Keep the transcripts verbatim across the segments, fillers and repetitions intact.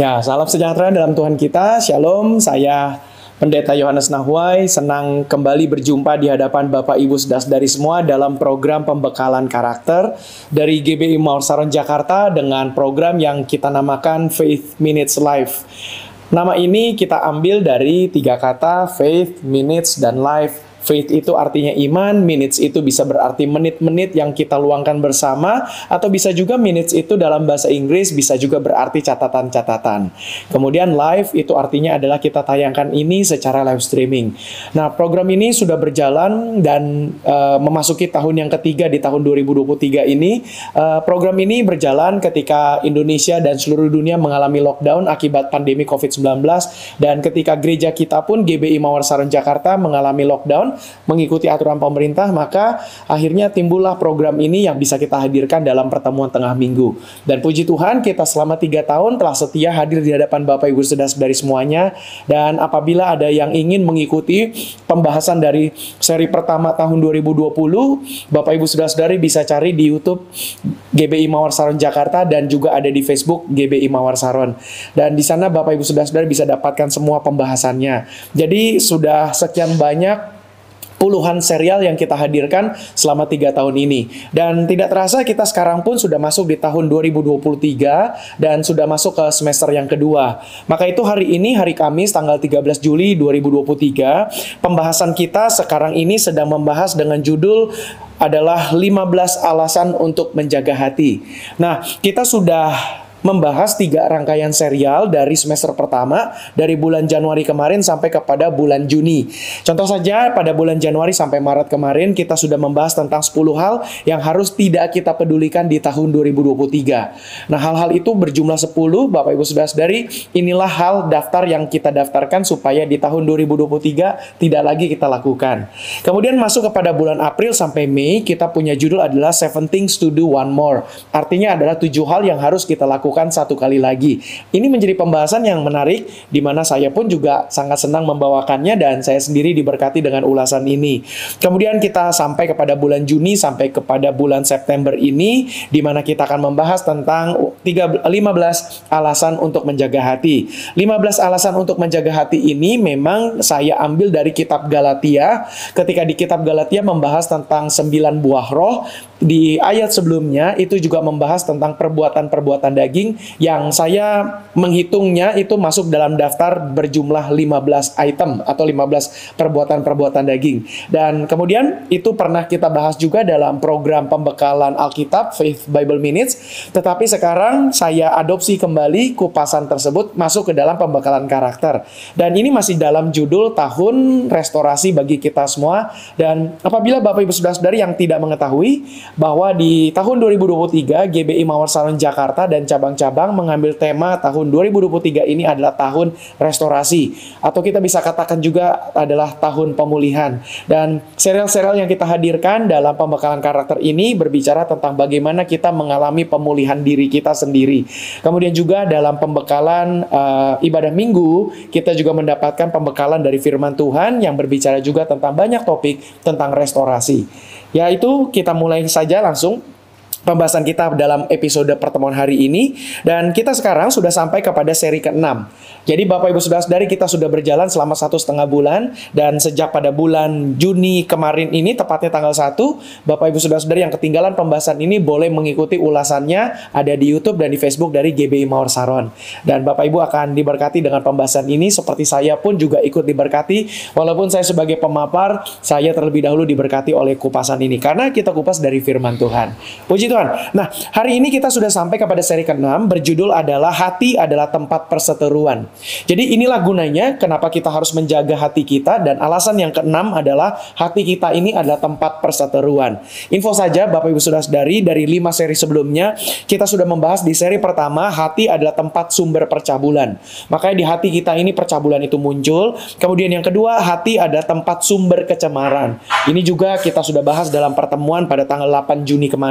Ya, salam sejahtera dalam Tuhan kita. Shalom, saya Pendeta Yohanes Nahwai. Senang kembali berjumpa di hadapan Bapak Ibu Saudara-saudari semua dalam program pembekalan karakter dari G B I Mawar Saron Jakarta dengan program yang kita namakan Faith Minutes Life. Nama ini kita ambil dari tiga kata, Faith, Minutes, dan Life. Faith itu artinya iman, minutes itu bisa berarti menit-menit yang kita luangkan bersama, atau bisa juga minutes itu dalam bahasa Inggris bisa juga berarti catatan-catatan. Kemudian live itu artinya adalah kita tayangkan ini secara live streaming. Nah, program ini sudah berjalan dan uh, memasuki tahun yang ketiga di tahun dua ribu dua puluh tiga ini. Uh, program ini berjalan ketika Indonesia dan seluruh dunia mengalami lockdown akibat pandemi covid sembilan belas, dan ketika gereja kita pun G B I Mawar Saron Jakarta mengalami lockdown mengikuti aturan pemerintah, maka akhirnya timbullah program ini yang bisa kita hadirkan dalam pertemuan tengah minggu. Dan puji Tuhan, kita selama tiga tahun telah setia hadir di hadapan Bapak Ibu Saudara-saudari semuanya. Dan apabila ada yang ingin mengikuti pembahasan dari seri pertama tahun dua ribu dua puluh, Bapak Ibu Saudara-saudari bisa cari di YouTube G B I Mawar Saron Jakarta dan juga ada di Facebook G B I Mawar Saron. Dan di sana Bapak Ibu Saudara-saudari bisa dapatkan semua pembahasannya. Jadi sudah sekian banyak puluhan serial yang kita hadirkan selama tiga tahun ini. Dan tidak terasa kita sekarang pun sudah masuk di tahun dua ribu dua puluh tiga dan sudah masuk ke semester yang kedua. Maka itu hari ini, hari Kamis, tanggal tiga belas Juli dua ribu dua puluh tiga, pembahasan kita sekarang ini sedang membahas dengan judul adalah lima belas alasan untuk menjaga hati. Nah, kita sudah membahas tiga rangkaian serial dari semester pertama dari bulan Januari kemarin sampai kepada bulan Juni. Contoh saja pada bulan Januari sampai Maret kemarin kita sudah membahas tentang sepuluh hal yang harus tidak kita pedulikan di tahun dua ribu dua puluh tiga. Nah, hal-hal itu berjumlah sepuluh, Bapak Ibu Saudara-saudari. Inilah hal daftar yang kita daftarkan supaya di tahun dua ribu dua puluh tiga tidak lagi kita lakukan. Kemudian masuk kepada bulan April sampai Mei, kita punya judul adalah Seven Things to Do One More. Artinya adalah tujuh hal yang harus kita lakukan satu kali lagi. Ini menjadi pembahasan yang menarik, di mana saya pun juga sangat senang membawakannya dan saya sendiri diberkati dengan ulasan ini. Kemudian kita sampai kepada bulan Juni sampai kepada bulan September ini, di mana kita akan membahas tentang lima belas alasan untuk menjaga hati. lima belas alasan untuk menjaga hati ini memang saya ambil dari kitab Galatia. Ketika di kitab Galatia membahas tentang sembilan buah roh, di ayat sebelumnya itu juga membahas tentang perbuatan-perbuatan daging yang saya menghitungnya itu masuk dalam daftar berjumlah lima belas item atau lima belas perbuatan-perbuatan daging. Dan kemudian itu pernah kita bahas juga dalam program pembekalan Alkitab Faith Bible Minutes, tetapi sekarang saya adopsi kembali kupasan tersebut masuk ke dalam pembekalan karakter. Dan ini masih dalam judul tahun restorasi bagi kita semua. Dan apabila Bapak Ibu Saudara-saudari yang tidak mengetahui bahwa di tahun dua ribu dua puluh tiga G B I Mawar Saron Jakarta dan cabang-cabang mengambil tema tahun dua ribu dua puluh tiga ini adalah tahun restorasi, atau kita bisa katakan juga adalah tahun pemulihan. Dan serial-serial yang kita hadirkan dalam pembekalan karakter ini berbicara tentang bagaimana kita mengalami pemulihan diri kita sendiri. Kemudian juga dalam pembekalan uh, ibadah minggu, kita juga mendapatkan pembekalan dari firman Tuhan yang berbicara juga tentang banyak topik tentang restorasi. Yaitu kita mulai saja langsung pembahasan kita dalam episode pertemuan hari ini. Dan kita sekarang sudah sampai kepada seri keenam. Jadi Bapak Ibu Saudara-saudari, kita sudah berjalan selama satu setengah bulan. Dan sejak pada bulan Juni kemarin ini, tepatnya tanggal satu, Bapak Ibu Saudara-saudari yang ketinggalan pembahasan ini boleh mengikuti ulasannya, ada di YouTube dan di Facebook dari G B I Mawar Saron. Dan Bapak Ibu akan diberkati dengan pembahasan ini, seperti saya pun juga ikut diberkati. Walaupun saya sebagai pemapar, saya terlebih dahulu diberkati oleh kupasan ini, karena kita kupas dari firman Tuhan. Puji Tuhan. Nah, hari ini kita sudah sampai kepada seri keenam, berjudul adalah Hati adalah Tempat Perseteruan. Jadi inilah gunanya kenapa kita harus menjaga hati kita, dan alasan yang keenam adalah hati kita ini adalah tempat perseteruan. Info saja Bapak Ibu Saudara-saudari, dari lima seri sebelumnya kita sudah membahas di seri pertama, hati adalah tempat sumber percabulan. Makanya di hati kita ini percabulan itu muncul. Kemudian yang kedua, hati adalah tempat sumber kecemaran. Ini juga kita sudah bahas dalam pertemuan pada tanggal delapan Juni kemarin.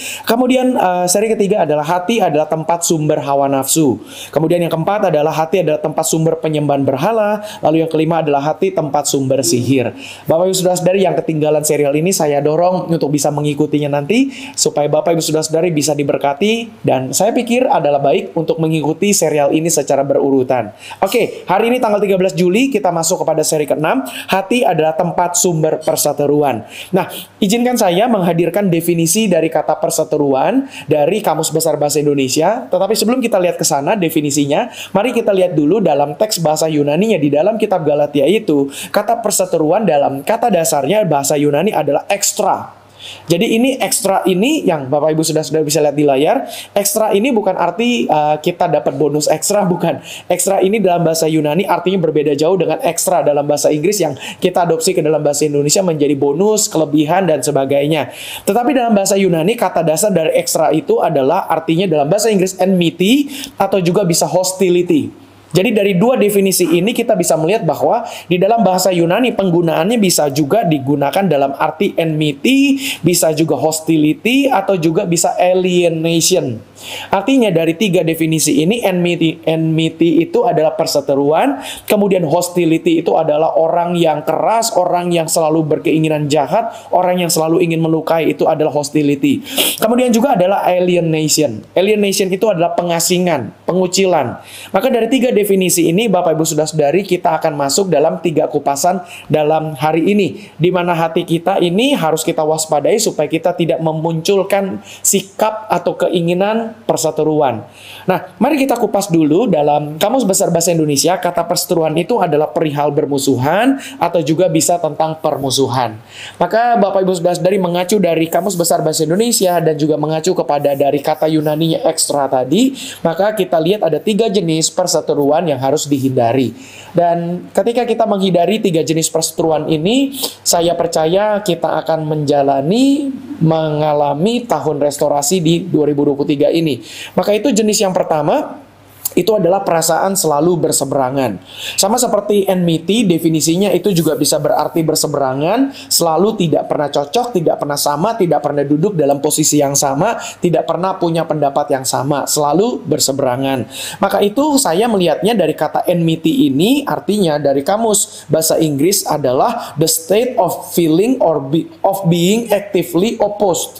Kemudian uh, seri ketiga adalah hati adalah tempat sumber hawa nafsu. Kemudian yang keempat adalah hati adalah tempat sumber penyembahan berhala. Lalu yang kelima adalah hati tempat sumber sihir. Bapak Ibu Saudara-saudari yang ketinggalan serial ini, saya dorong untuk bisa mengikutinya nanti supaya Bapak Ibu Saudara-saudari bisa diberkati, dan saya pikir adalah baik untuk mengikuti serial ini secara berurutan. Oke, hari ini tanggal tiga belas Juli kita masuk kepada seri keenam. Hati adalah tempat sumber perseteruan. Nah, izinkan saya menghadirkan definisi dari kata perseteruan dari Kamus Besar Bahasa Indonesia. Tetapi sebelum kita lihat ke sana definisinya, mari kita lihat dulu dalam teks bahasa Yunani-nya di dalam kitab Galatia itu, kata perseteruan dalam kata dasarnya bahasa Yunani adalah ekstra. Jadi ini ekstra ini yang Bapak Ibu sudah sudah bisa lihat di layar. Ekstra ini bukan arti uh, kita dapat bonus ekstra, bukan. Ekstra ini dalam bahasa Yunani artinya berbeda jauh dengan ekstra dalam bahasa Inggris yang kita adopsi ke dalam bahasa Indonesia menjadi bonus, kelebihan, dan sebagainya. Tetapi dalam bahasa Yunani kata dasar dari ekstra itu adalah artinya dalam bahasa Inggris enmity atau juga bisa hostility. Jadi dari dua definisi ini kita bisa melihat bahwa di dalam bahasa Yunani penggunaannya bisa juga digunakan dalam arti enmity, bisa juga hostility, atau juga bisa alienation. Artinya dari tiga definisi ini, enmity, enmity itu adalah perseteruan, kemudian hostility itu adalah orang yang keras, orang yang selalu berkeinginan jahat, orang yang selalu ingin melukai, itu adalah hostility. Kemudian juga adalah alienation. Alienation itu adalah pengasingan, pengucilan. Maka dari tiga definisi definisi ini, Bapak Ibu Saudara-saudari, kita akan masuk dalam tiga kupasan dalam hari ini, di mana hati kita ini harus kita waspadai supaya kita tidak memunculkan sikap atau keinginan perseteruan. Nah, mari kita kupas dulu dalam Kamus Besar Bahasa Indonesia. Kata perseteruan itu adalah perihal bermusuhan atau juga bisa tentang permusuhan. Maka Bapak Ibu Saudara-saudari mengacu dari Kamus Besar Bahasa Indonesia dan juga mengacu kepada dari kata Yunani ekstra tadi, maka kita lihat ada tiga jenis perseteruan yang harus dihindari. Dan ketika kita menghindari tiga jenis perseteruan ini, saya percaya kita akan menjalani, mengalami tahun restorasi di dua ribu dua puluh tiga ini. Maka itu jenis yang pertama, itu adalah perasaan selalu berseberangan. Sama seperti enmity, definisinya itu juga bisa berarti berseberangan, selalu tidak pernah cocok, tidak pernah sama, tidak pernah duduk dalam posisi yang sama, tidak pernah punya pendapat yang sama, selalu berseberangan. Maka itu saya melihatnya dari kata enmity ini, artinya dari Kamus Bahasa Inggris adalah the state of feeling or be, of being actively opposed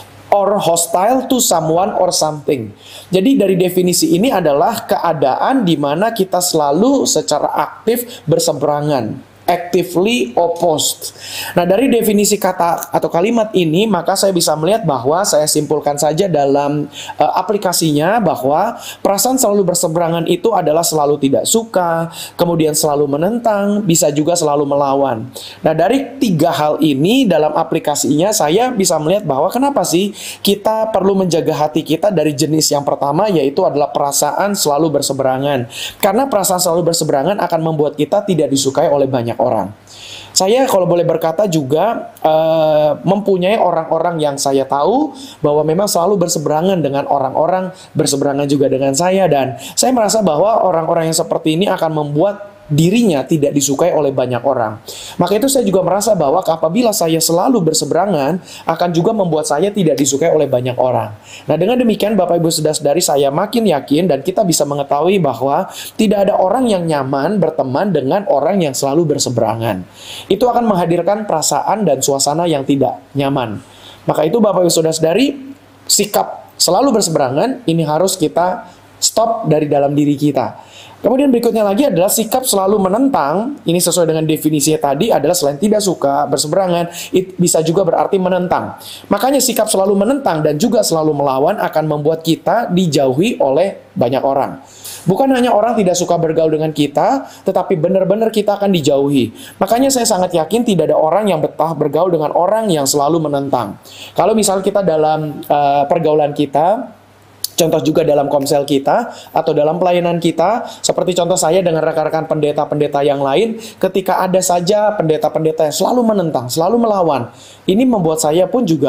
or hostile to someone or something. Jadi dari definisi ini adalah keadaan di mana kita selalu secara aktif berseberangan. Actively opposed. Nah, dari definisi kata atau kalimat ini, maka saya bisa melihat bahwa saya simpulkan saja dalam uh, aplikasinya bahwa perasaan selalu berseberangan itu adalah selalu tidak suka, kemudian selalu menentang, bisa juga selalu melawan. Nah, dari tiga hal ini dalam aplikasinya saya bisa melihat bahwa kenapa sih kita perlu menjaga hati kita dari jenis yang pertama, yaitu adalah perasaan selalu berseberangan. Karena perasaan selalu berseberangan akan membuat kita tidak disukai oleh banyak orang. Saya kalau boleh berkata juga uh, mempunyai orang-orang yang saya tahu bahwa memang selalu berseberangan dengan orang-orang, berseberangan juga dengan saya, dan saya merasa bahwa orang-orang yang seperti ini akan membuat dirinya tidak disukai oleh banyak orang. Maka itu saya juga merasa bahwa apabila saya selalu berseberangan akan juga membuat saya tidak disukai oleh banyak orang. Nah, dengan demikian Bapak Ibu Saudara-saudari, saya makin yakin dan kita bisa mengetahui bahwa tidak ada orang yang nyaman berteman dengan orang yang selalu berseberangan. Itu akan menghadirkan perasaan dan suasana yang tidak nyaman. Maka itu Bapak Ibu Saudara-saudari, sikap selalu berseberangan ini harus kita stop dari dalam diri kita. Kemudian berikutnya lagi adalah sikap selalu menentang. Ini sesuai dengan definisinya tadi adalah selain tidak suka, berseberangan, it bisa juga berarti menentang. Makanya sikap selalu menentang dan juga selalu melawan akan membuat kita dijauhi oleh banyak orang. Bukan hanya orang tidak suka bergaul dengan kita, tetapi benar-benar kita akan dijauhi. Makanya saya sangat yakin tidak ada orang yang betah bergaul dengan orang yang selalu menentang. Kalau misalnya kita dalam uh, pergaulan kita, contoh juga dalam komsel kita atau dalam pelayanan kita, seperti contoh saya dengan rekan-rekan pendeta-pendeta yang lain, ketika ada saja pendeta-pendeta yang selalu menentang, selalu melawan, ini membuat saya pun juga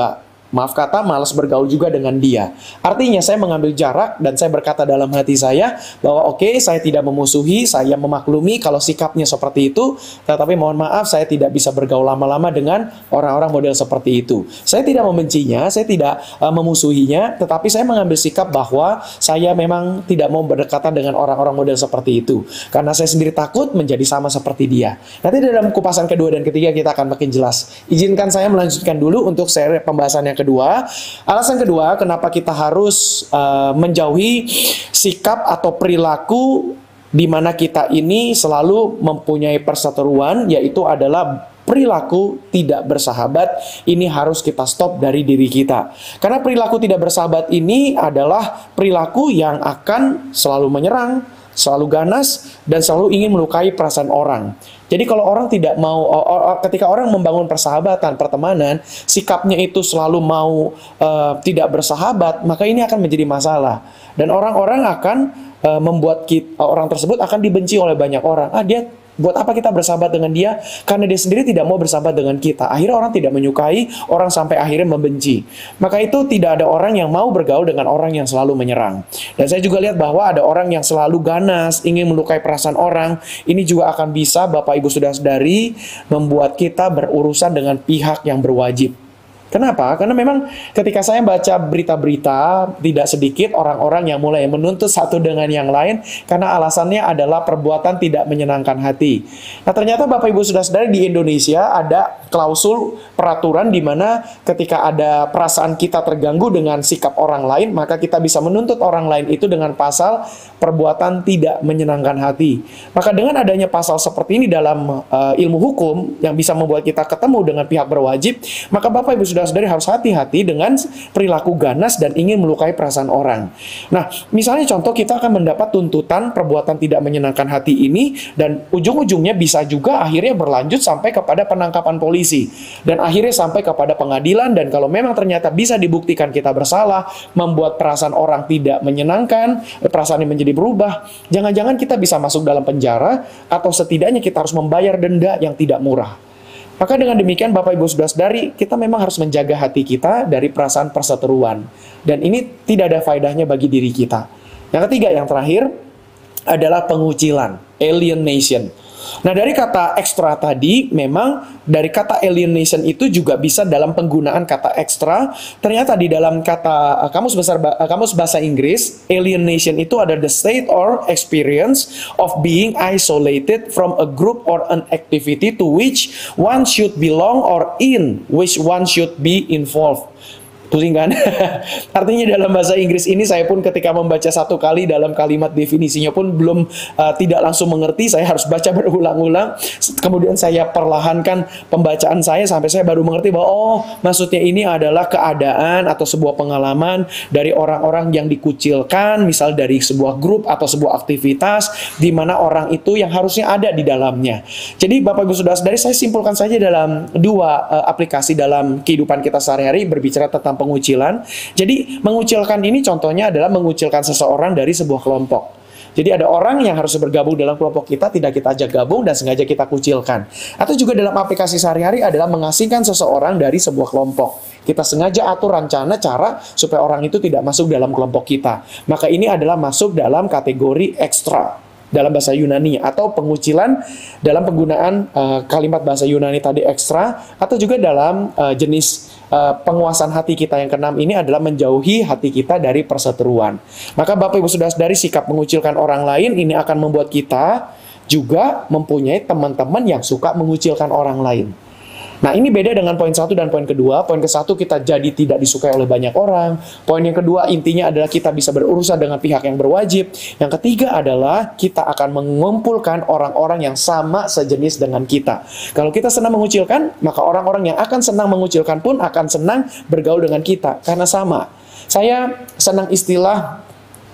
Maaf kata, malas bergaul juga dengan dia. Artinya saya mengambil jarak dan saya berkata dalam hati saya bahwa oke, okay, saya tidak memusuhi, saya memaklumi kalau sikapnya seperti itu, tetapi mohon maaf saya tidak bisa bergaul lama-lama dengan orang-orang model seperti itu. Saya tidak membencinya, saya tidak uh, memusuhinya, tetapi saya mengambil sikap bahwa saya memang tidak mau berdekatan dengan orang-orang model seperti itu. Karena saya sendiri takut menjadi sama seperti dia. Nanti dalam kupasan kedua dan ketiga kita akan makin jelas. Izinkan saya melanjutkan dulu untuk seri pembahasan yang kedua. Alasan kedua, kenapa kita harus uh, menjauhi sikap atau perilaku di mana kita ini selalu mempunyai perseteruan, yaitu adalah perilaku tidak bersahabat. Ini harus kita stop dari diri kita. Karena perilaku tidak bersahabat ini adalah perilaku yang akan selalu menyerang, selalu ganas, dan selalu ingin melukai perasaan orang. Jadi kalau orang tidak mau, ketika orang membangun persahabatan, pertemanan, sikapnya itu selalu mau uh, tidak bersahabat, maka ini akan menjadi masalah. Dan orang-orang akan uh, membuat kita, orang tersebut akan dibenci oleh banyak orang. Ah, dia buat apa kita bersahabat dengan dia? Karena dia sendiri tidak mau bersahabat dengan kita. Akhirnya orang tidak menyukai, orang sampai akhirnya membenci. Maka itu tidak ada orang yang mau bergaul dengan orang yang selalu menyerang. Dan saya juga lihat bahwa ada orang yang selalu ganas, ingin melukai perasaan orang. Ini juga akan bisa, Bapak Ibu Saudara-saudari, membuat kita berurusan dengan pihak yang berwajib. Kenapa? Karena memang ketika saya baca berita-berita, tidak sedikit orang-orang yang mulai menuntut satu dengan yang lain karena alasannya adalah perbuatan tidak menyenangkan hati. Nah, ternyata Bapak Ibu Saudara-saudari, di Indonesia ada klausul peraturan di mana ketika ada perasaan kita terganggu dengan sikap orang lain, maka kita bisa menuntut orang lain itu dengan pasal perbuatan tidak menyenangkan hati. Maka dengan adanya pasal seperti ini dalam uh, ilmu hukum yang bisa membuat kita ketemu dengan pihak berwajib, maka Bapak Ibu Saudara-saudari harus hati-hati dengan perilaku ganas dan ingin melukai perasaan orang. Nah, misalnya contoh, kita akan mendapat tuntutan perbuatan tidak menyenangkan hati ini, dan ujung-ujungnya bisa juga akhirnya berlanjut sampai kepada penangkapan polisi, dan akhirnya sampai kepada pengadilan. Dan kalau memang ternyata bisa dibuktikan kita bersalah, membuat perasaan orang tidak menyenangkan, perasaan ini menjadi berubah, jangan-jangan kita bisa masuk dalam penjara, atau setidaknya kita harus membayar denda yang tidak murah. Maka dengan demikian Bapak Ibu Saudara-saudari, kita memang harus menjaga hati kita dari perasaan perseteruan. Dan ini tidak ada faedahnya bagi diri kita. Yang ketiga, yang terakhir, adalah pengucilan, alienation. Nah, dari kata ekstra tadi, memang dari kata alienation itu juga bisa dalam penggunaan kata ekstra. Ternyata di dalam kata uh, kamus besar uh, kamus bahasa Inggris, alienation itu ada the state or experience of being isolated from a group or an activity to which one should belong or in which one should be involved. Pusing kan? Artinya dalam bahasa Inggris ini saya pun ketika membaca satu kali dalam kalimat definisinya pun belum uh, tidak langsung mengerti. Saya harus baca berulang-ulang. Kemudian saya perlahankan pembacaan saya sampai saya baru mengerti bahwa oh, maksudnya ini adalah keadaan atau sebuah pengalaman dari orang-orang yang dikucilkan, misal dari sebuah grup atau sebuah aktivitas di mana orang itu yang harusnya ada di dalamnya. Jadi Bapak Ibu Saudara-saudari, saya simpulkan saja dalam dua uh, aplikasi dalam kehidupan kita sehari-hari berbicara tentang pengucilan. Jadi mengucilkan ini contohnya adalah mengucilkan seseorang dari sebuah kelompok. Jadi ada orang yang harus bergabung dalam kelompok kita, tidak kita ajak gabung dan sengaja kita kucilkan. Atau juga dalam aplikasi sehari-hari adalah mengasingkan seseorang dari sebuah kelompok. Kita sengaja atur rencana cara supaya orang itu tidak masuk dalam kelompok kita. Maka ini adalah masuk dalam kategori ekstra dalam bahasa Yunani, atau pengucilan dalam penggunaan uh, kalimat bahasa Yunani tadi ekstra, atau juga dalam uh, jenis Uh, penguasaan hati kita yang keenam ini adalah menjauhi hati kita dari perseteruan. Maka Bapak Ibu Saudara-saudari, sikap mengucilkan orang lain ini akan membuat kita juga mempunyai teman-teman yang suka mengucilkan orang lain. Nah, ini beda dengan poin satu dan poin kedua. Poin ke satu, kita jadi tidak disukai oleh banyak orang. Poin yang kedua, intinya adalah kita bisa berurusan dengan pihak yang berwajib. Yang ketiga adalah kita akan mengumpulkan orang-orang yang sama sejenis dengan kita. Kalau kita senang mengucilkan, maka orang-orang yang akan senang mengucilkan pun akan senang bergaul dengan kita, karena sama. Saya senang istilah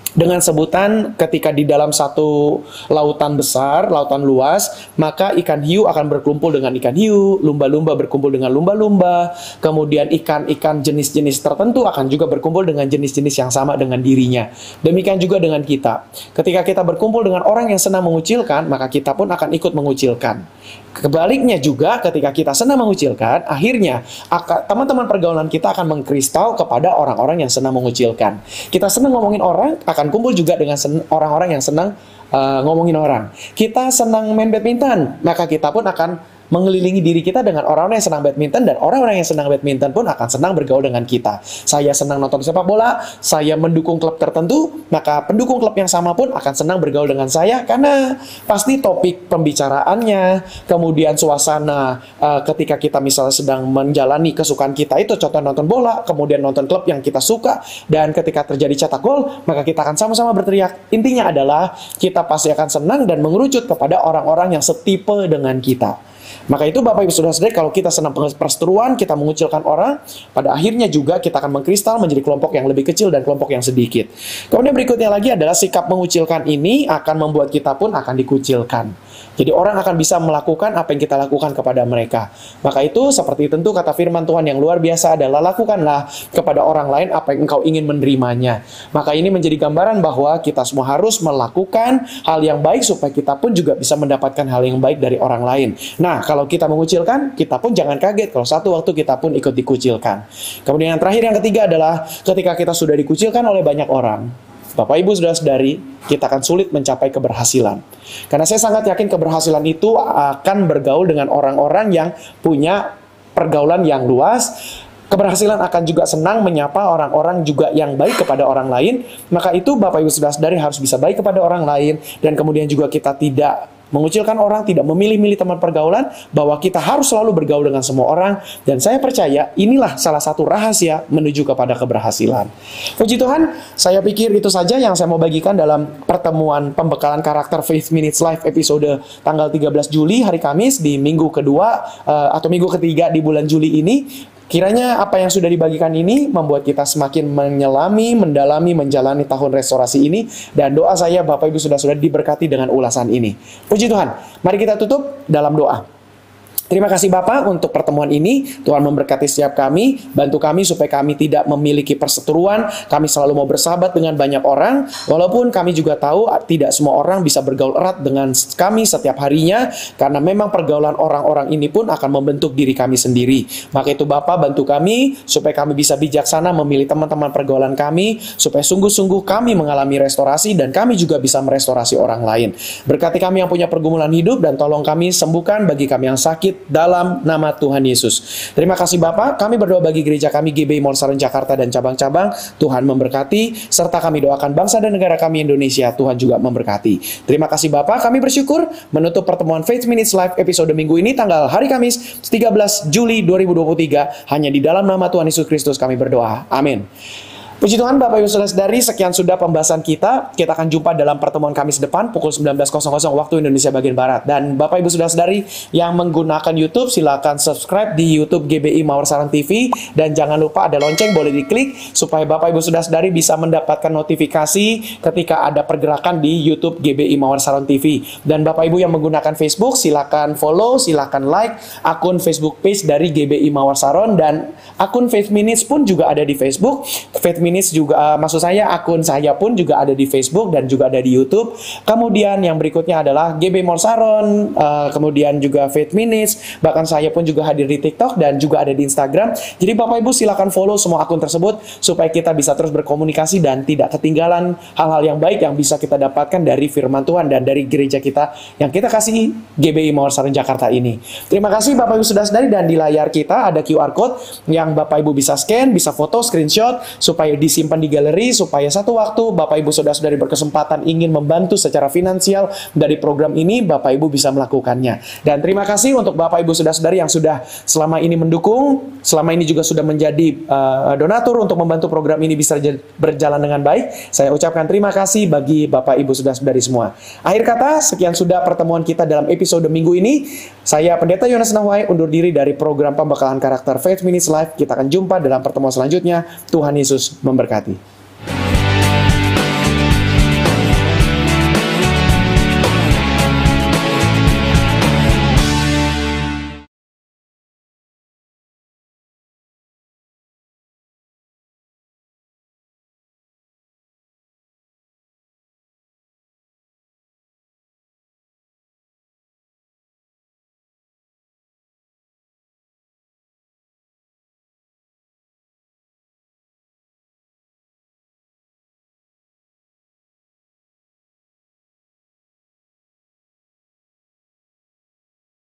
Dengan sebutan ketika di dalam satu lautan besar, lautan luas, maka ikan hiu akan berkumpul dengan ikan hiu, lumba-lumba berkumpul dengan lumba-lumba, kemudian ikan-ikan jenis-jenis tertentu akan juga berkumpul dengan jenis-jenis yang sama dengan dirinya. Demikian juga dengan kita. Ketika kita berkumpul dengan orang yang senang mengucilkan, maka kita pun akan ikut mengucilkan. Kebaliknya juga ketika kita senang mengucilkan, akhirnya teman-teman pergaulan kita akan mengkristal kepada orang-orang yang senang mengucilkan. Kita senang ngomongin orang, akan kumpul juga dengan orang-orang yang senang uh, ngomongin orang. Kita senang main badminton, maka kita pun akan mengelilingi diri kita dengan orang-orang yang senang badminton, dan orang-orang yang senang badminton pun akan senang bergaul dengan kita. Saya senang nonton sepak bola, saya mendukung klub tertentu, maka pendukung klub yang sama pun akan senang bergaul dengan saya, karena pasti topik pembicaraannya, kemudian suasana uh, ketika kita misalnya sedang menjalani kesukaan kita itu, contoh nonton bola, kemudian nonton klub yang kita suka, dan ketika terjadi cetak gol, maka kita akan sama-sama berteriak. Intinya adalah kita pasti akan senang dan mengerucut kepada orang-orang yang setipe dengan kita. Maka itu Bapak Ibu Saudara-saudari, kalau kita senang perseteruan, kita mengucilkan orang, pada akhirnya juga kita akan mengkristal menjadi kelompok yang lebih kecil dan kelompok yang sedikit. Kemudian berikutnya lagi adalah sikap mengucilkan ini akan membuat kita pun akan dikucilkan. Jadi orang akan bisa melakukan apa yang kita lakukan kepada mereka. Maka itu seperti tentu kata firman Tuhan yang luar biasa adalah lakukanlah kepada orang lain apa yang engkau ingin menerimanya. Maka ini menjadi gambaran bahwa kita semua harus melakukan hal yang baik supaya kita pun juga bisa mendapatkan hal yang baik dari orang lain. Nah, kalau kita mengucilkan, kita pun jangan kaget kalau satu waktu kita pun ikut dikucilkan. Kemudian yang terakhir, yang ketiga adalah ketika kita sudah dikucilkan oleh banyak orang, Bapak Ibu Saudara-saudari, kita akan sulit mencapai keberhasilan. Karena saya sangat yakin keberhasilan itu akan bergaul dengan orang-orang yang punya pergaulan yang luas. Keberhasilan akan juga senang menyapa orang-orang juga yang baik kepada orang lain. Maka itu Bapak Ibu Saudara-saudari harus bisa baik kepada orang lain, dan kemudian juga kita tidak mengucilkan orang, tidak memilih-milih teman pergaulan, bahwa kita harus selalu bergaul dengan semua orang. Dan saya percaya inilah salah satu rahasia menuju kepada keberhasilan. Puji Tuhan, saya pikir itu saja yang saya mau bagikan dalam pertemuan pembekalan karakter Faith Minutes Live episode tanggal tiga belas Juli, hari Kamis, di minggu kedua uh, atau minggu ketiga di bulan Juli ini. Kiranya apa yang sudah dibagikan ini membuat kita semakin menyelami, mendalami, menjalani tahun restorasi ini. Dan doa saya Bapak Ibu sudah-sudah diberkati dengan ulasan ini. Puji Tuhan. Mari kita tutup dalam doa. Terima kasih Bapak untuk pertemuan ini. Tuhan memberkati setiap kami. Bantu kami supaya kami tidak memiliki perseteruan. Kami selalu mau bersahabat dengan banyak orang. Walaupun kami juga tahu tidak semua orang bisa bergaul erat dengan kami setiap harinya. Karena memang pergaulan orang-orang ini pun akan membentuk diri kami sendiri. Maka itu Bapak bantu kami supaya kami bisa bijaksana memilih teman-teman pergaulan kami. Supaya sungguh-sungguh kami mengalami restorasi dan kami juga bisa merestorasi orang lain. Berkati kami yang punya pergumulan hidup dan tolong kami sembuhkan bagi kami yang sakit dalam nama Tuhan Yesus. Terima kasih Bapak. Kami berdoa bagi gereja kami G B I Mawar Saron Jakarta dan cabang-cabang. Tuhan memberkati. Serta kami doakan bangsa dan negara kami Indonesia. Tuhan juga memberkati. Terima kasih Bapak. Kami bersyukur menutup pertemuan Faith Minutes Live episode minggu ini tanggal hari Kamis tiga belas Juli dua ribu dua puluh tiga. Hanya di dalam nama Tuhan Yesus Kristus kami berdoa. Amin. Puji Tuhan Bapak Ibu Saudara-saudari, sekian sudah pembahasan kita. Kita akan jumpa dalam pertemuan Kamis depan pukul sembilan belas waktu Indonesia bagian Barat. Dan Bapak Ibu Saudara-saudari yang menggunakan YouTube, silakan subscribe di YouTube G B I Mawar Saron T V. Dan jangan lupa ada lonceng, boleh diklik supaya Bapak Ibu Saudara-saudari bisa mendapatkan notifikasi ketika ada pergerakan di YouTube G B I Mawar Saron T V. Dan Bapak Ibu yang menggunakan Facebook, silakan follow, silakan like akun Facebook page dari G B I Mawar Saron. Dan akun Faith Minutes pun juga ada di Facebook. Faith Minutes juga, uh, maksud saya akun saya pun juga ada di Facebook dan juga ada di YouTube. Kemudian yang berikutnya adalah G B I Mawar Saron, uh, kemudian juga Faith Minutes, bahkan saya pun juga hadir di TikTok dan juga ada di Instagram. Jadi Bapak Ibu silakan follow semua akun tersebut supaya kita bisa terus berkomunikasi dan tidak ketinggalan hal-hal yang baik yang bisa kita dapatkan dari firman Tuhan dan dari gereja kita yang kita kasih G B I Mawar Saron Jakarta ini. Terima kasih Bapak Ibu Saudara-saudari, dan di layar kita ada Q R code yang Bapak Ibu bisa scan, bisa foto, screenshot supaya disimpan di galeri, supaya satu waktu Bapak Ibu Saudara-saudari berkesempatan ingin membantu secara finansial dari program ini, Bapak Ibu bisa melakukannya. Dan terima kasih untuk Bapak Ibu Saudara-saudari yang sudah selama ini mendukung, selama ini juga sudah menjadi uh, donatur untuk membantu program ini bisa berjalan dengan baik. Saya ucapkan terima kasih bagi Bapak Ibu Saudara-saudari semua. Akhir kata, sekian sudah pertemuan kita dalam episode minggu ini. Saya Pendeta Yohanes Nahuai undur diri dari program pembekalan karakter Faith Minutes Live. Kita akan jumpa dalam pertemuan selanjutnya. Tuhan Yesus memberkati.